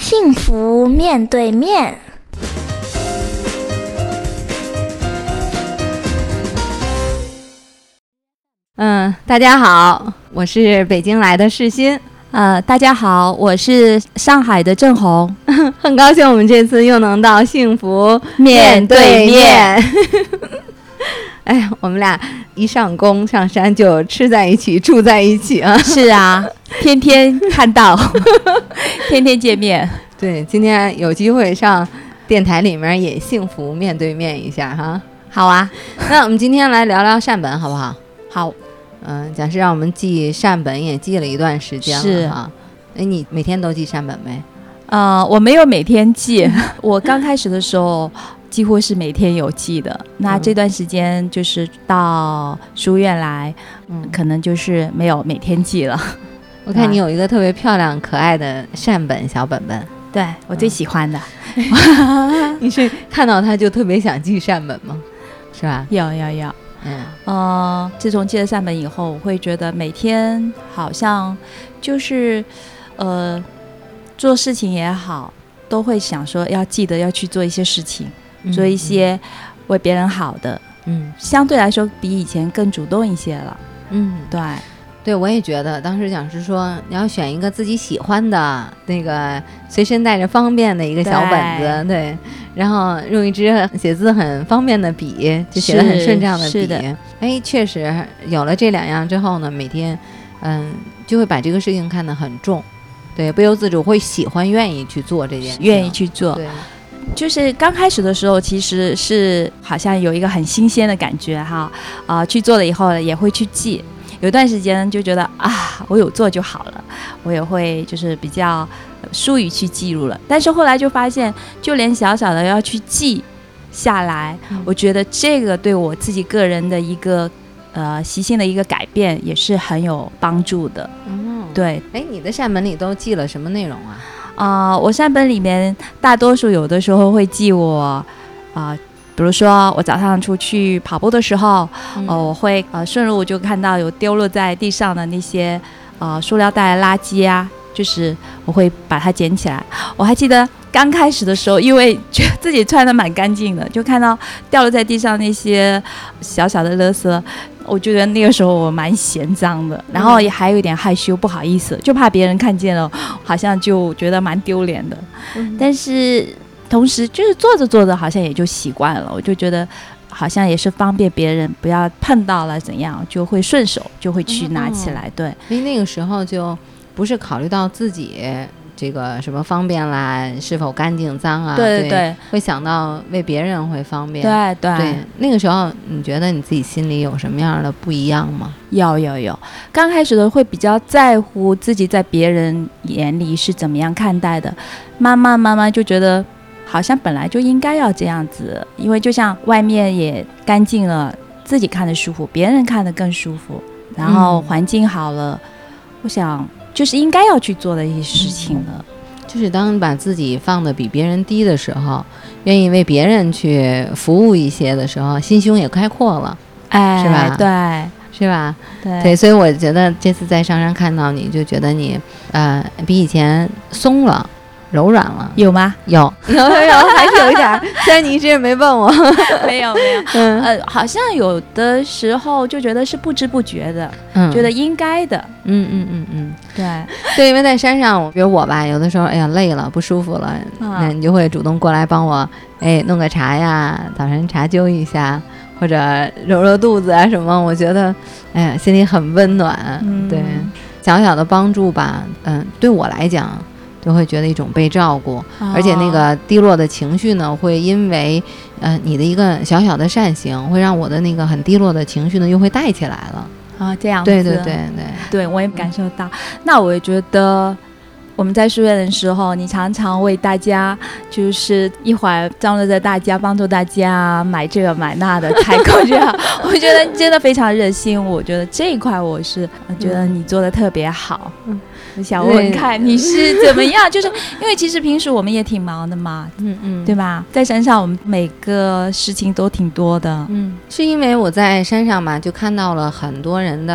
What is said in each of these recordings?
幸福面对面。 大家好，我是北京来的世新。 大家好，我是上海的郑红。 很高兴我们这次又能到幸福面对面。哎呀，我们俩一上工上山就吃在一起住在一起啊。 是啊，天天看到天天见面。 对，今天有机会上电台里面也幸福面对面一下哈。 好啊， 那我们今天来聊聊善本好不好？ 好。 假设让我们记善本也记了一段时间了哈。你每天都记善本没？ 我没有每天记，我刚开始的时候几乎是每天有记的。那这段时间就是到书院来，可能就是没有每天记了。 我看你有一个特别漂亮可爱的善本小本本， 对，我最喜欢的。 你是看到它就特别想记善本吗？是吧？ 有。自从记了善本以后，我会觉得每天好像就是做事情也好，都会想说要记得要去做一些事情，做一些为别人好的，相对来说比以前更主动一些了。 对，我也觉得当时讲是说你要选一个自己喜欢的那个随身带着方便的一个小本子，对，然后用一支写字很方便的笔，就写得很顺畅的笔。哎，确实有了这两样之后呢，每天就会把这个事情看得很重，对，不由自主会喜欢愿意去做这件事， 愿意去做。对，就是刚开始的时候其实是好像有一个很新鲜的感觉哈，去做了以后也会去记。有段时间就觉得我有做就好了，我也会就是比较疏于去记录了。但是后来就发现，就连小小的要去记下来，我觉得这个对我自己个人的一个习性的一个改变也是很有帮助的。对。 你的善本里都记了什么内容啊？ 我善本里面大多数有的时候会记我比如说我早上出去跑步的时候，我会顺路就看到有丢落在地上的那些塑料袋垃圾啊，就是我会把它捡起来。我还记得刚开始的时候，因为觉得自己穿得蛮干净的，就看到掉落在地上那些小小的垃圾，我觉得那个时候我蛮嫌脏的，然后也还有一点害羞不好意思，就怕别人看见了好像就觉得蛮丢脸的。但是同时就是做着做着好像也就习惯了，我就觉得好像也是方便别人不要碰到了怎样，就会顺手就会去拿起来。对， 因为那个时候就不是考虑到自己这个什么方便啦，是否干净脏啊，对，会想到为别人会方便。对，那个时候你觉得你自己心里有什么样的不一样吗？ 有，刚开始的会比较在乎自己在别人眼里是怎么样看待的，慢慢就觉得好像本来就应该要这样子，因为就像外面也干净了，自己看得舒服，别人看得更舒服，然后环境好了，我想就是应该要去做的一些事情了。 就是当把自己放得比别人低的时候，愿意为别人去服务一些的时候，心胸也开阔了，是吧？ 对， 是吧？对，所以我觉得这次在上山看到你，就觉得你比以前松了。柔软了， 有吗？ 有，还是有一点。虽然你一直也没问我， 没有，好像有的时候就觉得是不知不觉的，觉得应该的。对， 因为在山上，比如我吧，有的时候累了不舒服了，那你就会主动过来帮我弄个茶呀，早晨茶灸一下，或者揉肚子啊什么，我觉得心里很温暖。对，小小的帮助吧，对我来讲就会觉得一种被照顾，而且那个低落的情绪呢，会因为你的一个小小的善行，会让我的那个很低落的情绪呢又会带起来了。 这样子。对，我也感受到。那我也觉得我们在书院的时候，你常常为大家就是一会儿张罗着大家，帮助大家买这个买那的采购这样，我觉得真的非常热心。我觉得这一块我觉得你做的特别好。我想问看你是怎么样，就是因为其实平时我们也挺忙的嘛，对吧？在山上我们每个事情都挺多的， 是因为我在山上嘛，就看到了很多人的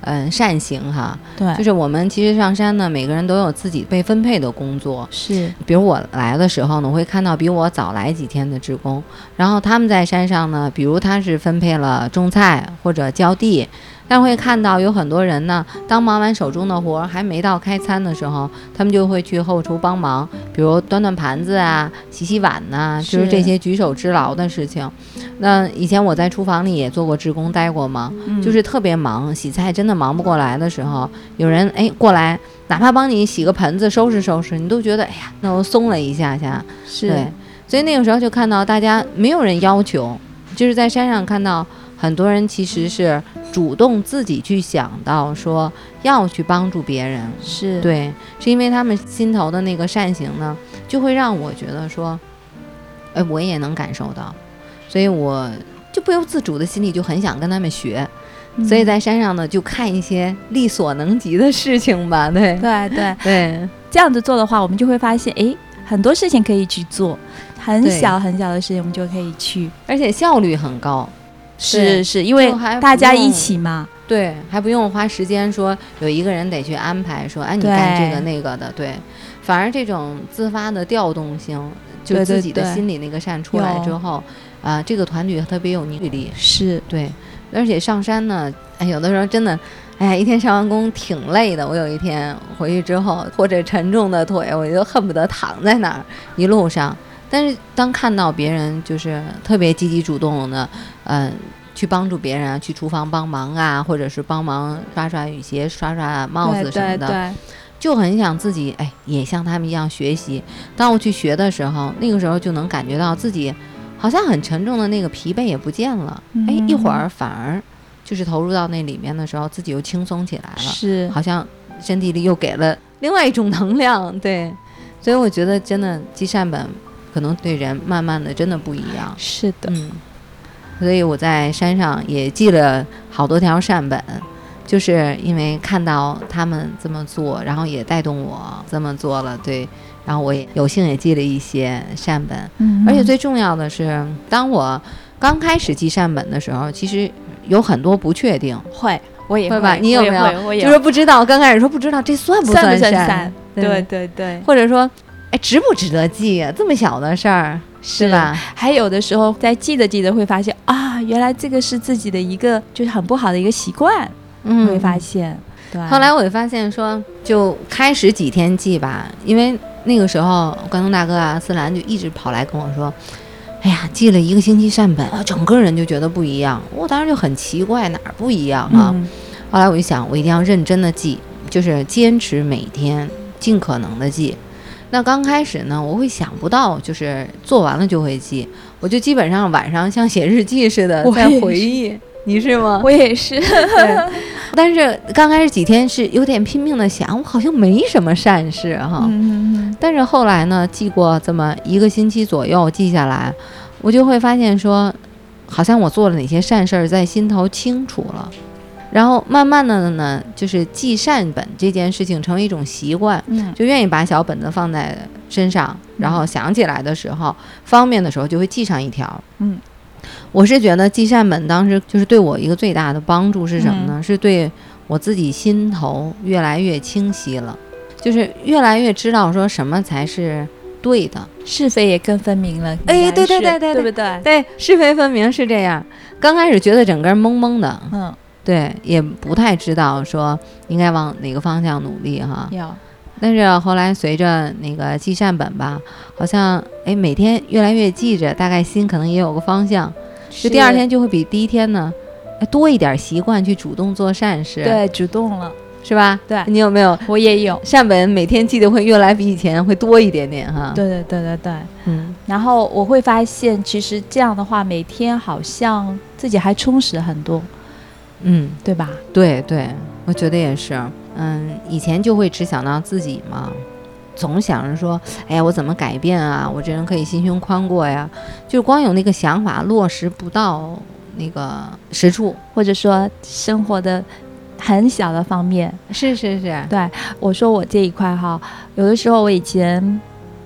善行哈。 对， 就是我们其实上山呢，每个人都有自己被分配的工作。 是， 比如我来的时候呢，我会看到比我早来几天的志工，然后他们在山上呢，比如他是分配了种菜或者浇地，但会看到有很多人呢，当忙完手中的活还没到开餐的时候，他们就会去后厨帮忙，比如端端盘子啊、洗洗碗呐，就是这些举手之劳的事情。那以前我在厨房里也做过志工，待过嘛，就是特别忙，洗菜真的忙不过来的时候，有人过来，哪怕帮你洗个盆子、收拾收拾，你都觉得哎呀，那我松了一下下。 是， 对，所以那个时候就看到大家没有人要求，就是在山上看到很多人其实是主动自己去想到说要去帮助别人。 是， 对，是因为他们心头的那个善行呢，就会让我觉得说，我也能感受到，所以我就不由自主的心里就很想跟他们学。所以在山上呢，就看一些力所能及的事情吧。对对对对， 这样子做的话，我们就会发现，很多事情可以去做，很小很小的事情我们就可以去， 而且效率很高。 是因为大家一起嘛。 对，还不用花时间说有一个人得去安排说，你干这个那个的。对，反而这种自发的调动性，就自己的心里那个善出来之后，这个团队特别有凝聚力。 是， 对。而且上山呢，有的时候真的，一天上完工挺累的。我有一天回去之后，拖着沉重的腿，我就恨不得躺在那儿一路上。但是当看到别人就是特别积极主动的，去帮助别人啊，去厨房帮忙啊，或者是帮忙刷刷雨鞋、刷刷帽子什么的， 对， 就很想自己也像他们一样学习。当我去学的时候，那个时候就能感觉到自己好像很沉重的那个疲惫也不见了，一会儿反而就是投入到那里面的时候，自己又轻松起来了， 是， 好像身体里又给了另外一种能量。对，所以我觉得真的积善本可能对人慢慢的真的不一样。 是的， 所以我在山上也记了好多条善本，就是因为看到他们这么做，然后也带动我这么做了。对，然后我也有幸也记了一些善本。而且最重要的是，当我刚开始记善本的时候，其实有很多不确定。 我也会吧？你有没有？ 我就是不知道，刚开始说不知道这算不算善？ 对， 或者说值不值得记啊？这么小的事儿，是吧？ 还有的时候在记着会发现原来这个是自己的一个就是很不好的一个习惯。会发现。对。 后来我会发现说，就开始几天记吧，因为那个时候关东大哥啊、思兰就一直跑来跟我说，哎呀，记了1个星期善本，整个人就觉得不一样。我当时就很奇怪，哪儿不一样啊？后来我就想，我一定要认真的记，就是坚持每天尽可能的记。那刚开始呢，我会想不到，就是做完了就会记，我就基本上晚上像写日记似的在回忆。你是吗？ 我也是。 对，但是刚开始几天是有点拼命的想，我好像没什么善事哈。但是后来呢，记过这么1个星期左右记下来，我就会发现说，好像我做了哪些善事在心头清楚了。然后慢慢的呢，就是记善本这件事情成为一种习惯，就愿意把小本子放在身上，然后想起来的时候，方便的时候就会记上一条。我是觉得记善本当时就是对我一个最大的帮助是什么呢？是对我自己心头越来越清晰了，就是越来越知道说什么才是对的， 是非也更分明了。 对不对？ 对，是非分明是这样。刚开始觉得整个人懵懵的，对，也不太知道说应该往哪个方向努力哈。但是后来随着那个记善本吧，好像每天越来越记着，大概心可能也有个方向，就第2天就会比第1天呢多一点习惯去主动做善事。 对，主动了， 是吧？ 对， 你有没有？ 我也有善本，每天记得会越来比以前会多一点点哈。 对。然后我会发现，其实这样的话，每天好像自己还充实很多。对吧？ 对，我觉得也是。以前就会只想到自己嘛，总想着说，哎呀，我怎么改变啊？我这人可以心胸宽阔呀，就光有那个想法，落实不到那个实处， 或者说生活的很小的方面。 是。 对，我说我这一块哈，有的时候我以前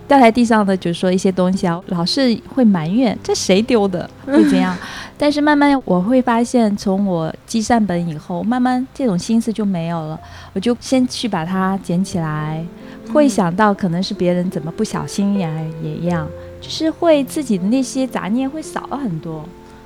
掉在地上的，就是说一些东西啊，老是会埋怨这谁丢的，会怎样。但是慢慢我会发现，从我记善本以后，慢慢这种心思就没有了，我就先去把它捡起来，会想到可能是别人怎么不小心也一样，就是会自己的那些杂念会少了很多。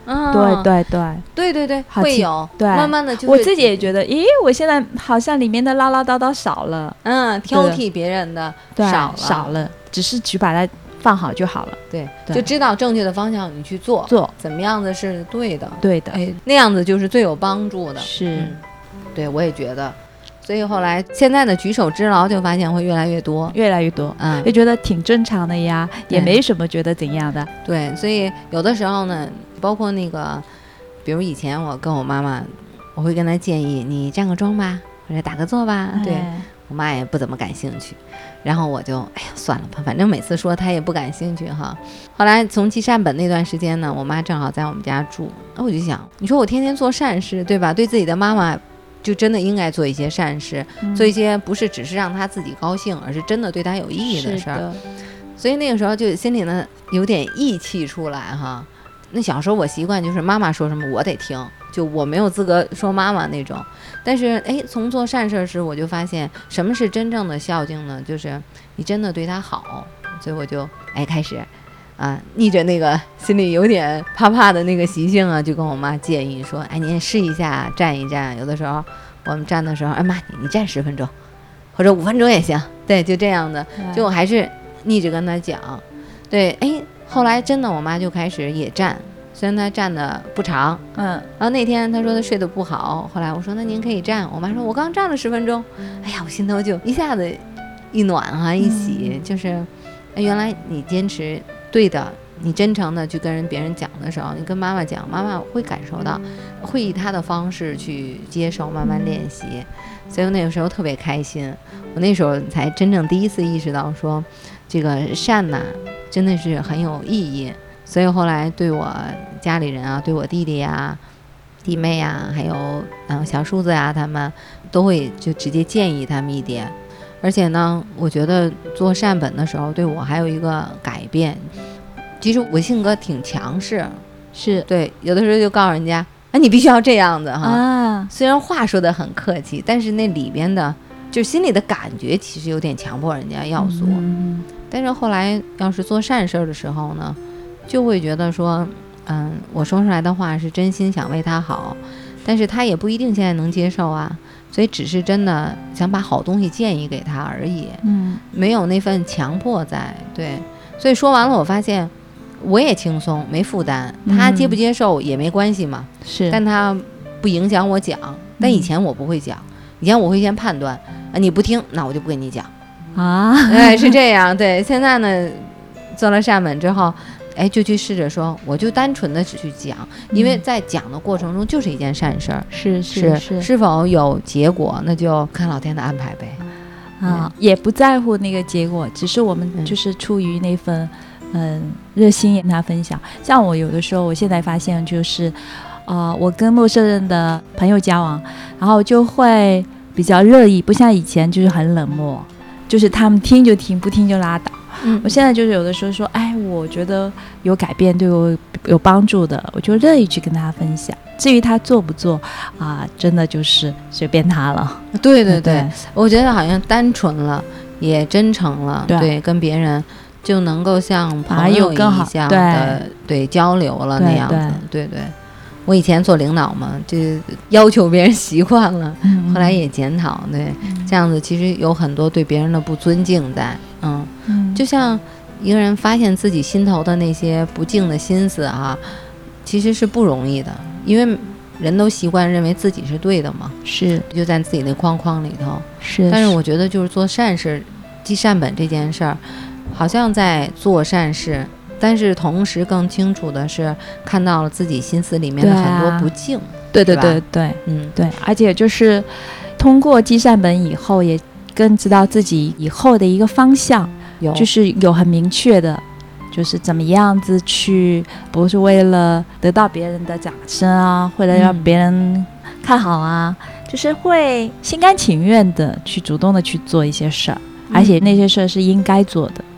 对， 会有， 对， 慢慢的就我自己也觉得，咦，我现在好像里面的唠唠叨叨少了， 挑剔别人的少了， 只是去把它放好就好了。 对，就知道正确的方向你去做，怎么样子是对的，那样子就是最有帮助的。 是， 对，我也觉得。所以后来现在的举手之劳就发现会越来越多， 就觉得挺正常的呀，也没什么觉得怎样的。 对，所以有的时候呢，包括那个，比如以前我跟我妈妈，我会跟她建议你站个桩吧，或者打个坐吧。对，我妈也不怎么感兴趣，然后我就哎呀算了吧，反正每次说她也不感兴趣哈。后来从记善本那段时间呢，我妈正好在我们家住，我就想，你说我天天做善事，对吧？对自己的妈妈。就真的应该做一些善事，做一些不是只是让他自己高兴，而是真的对他有意义的事儿。所以那个时候就心里呢有点义气出来哈。那小时候我习惯就是妈妈说什么我得听，就我没有资格说妈妈那种。但是从做善事时我就发现什么是真正的孝敬呢？就是你真的对他好。所以我就开始逆着那个心里有点怕怕的那个习性啊，就跟我妈建议说，你试一下站一站。有的时候我们站的时候，妈你站10分钟，或者5分钟也行。对，就这样的，就我还是逆着跟她讲。对，后来真的我妈就开始也站，虽然她站的不长，然后那天她说她睡得不好，后来我说那您可以站。我妈说我刚站了10分钟，我心头就一下子一暖一喜，就是原来你坚持对的，你真诚的去跟别人讲的时候，你跟妈妈讲，妈妈会感受到，会以她的方式去接受，慢慢练习。所以我那个时候特别开心，我那时候才真正第一次意识到说，这个善呐，真的是很有意义。所以后来对我家里人啊，对我弟弟呀、弟妹呀，还有小叔子呀，他们都会就直接建议他们一点。而且呢，我觉得做善本的时候对我还有一个改变。其实我性格挺强势， 是对，有的时候就告诉人家你必须要这样子哈。虽然话说得很客气，但是那里边的就心里的感觉其实有点强迫人家要做。但是后来要是做善事的时候呢，就会觉得说我说出来的话是真心想为他好，但是他也不一定现在能接受啊，所以只是真的想把好东西建议给他而已，没有那份强迫在。对，所以说完了我发现我也轻松没负担，他接不接受也没关系嘛， 是， 但他不影响我讲。但以前我不会讲，以前我会先判断你不听那我就不跟你讲是这样。对，现在呢做了善本之后就去试着说，我就单纯的只去讲，因为在讲的过程中就是一件善事儿，是否有结果那就看老天的安排呗。 也不在乎那个结果，只是我们就是出于那份热心也跟他分享。像我有的时候，我现在发现就是我跟陌生人的朋友交往，然后就会比较乐意，不像以前就是很冷漠，就是他们听就听，不听就拉倒。我现在就是有的时候说，我觉得有改变对我有帮助的，我就乐意去跟他分享。至于他做不做真的就是随便他了。 对，我觉得好像单纯了，也真诚了，对，跟别人就能够像朋友一样的对交流了那样子。对，我以前做领导嘛，就要求别人习惯了，后来也检讨，对，这样子其实有很多对别人的不尊敬在。就像一个人发现自己心头的那些不敬的心思其实是不容易的，因为人都习惯认为自己是对的嘛， 是， 就在自己那框框里头。 是， 但是我觉得就是做善事记善本这件事儿，好像在做善事，但是同时更清楚的是看到了自己心思里面的很多不敬。 对，对，而且就是通过记善本以后，也更知道自己以后的一个方向，就是有很明确的，就是怎么样子去，不是为了得到别人的掌声或者让别人看好就是会心甘情愿的去主动的去做一些事儿，而且那些事儿是应该做的。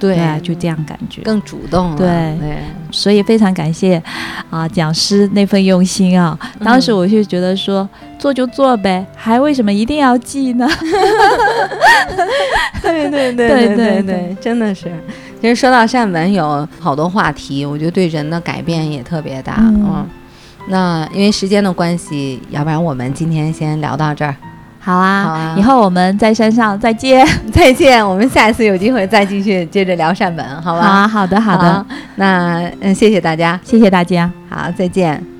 对， 就这样感觉更主动了。 对， 所以非常感谢讲师那份用心啊。当时我就觉得说，做就做呗，还为什么一定要记呢？ 对，真的是。其实说到善文，有好多话题，我觉得对人的改变也特别大。那因为时间的关系，要不然我们今天先聊到这儿。 好啊，以后我们在山上再见。 再见，我们下一次有机会再继续接着聊善文，好吧？ 好的。 那谢谢大家， 谢谢大家， 好，再见。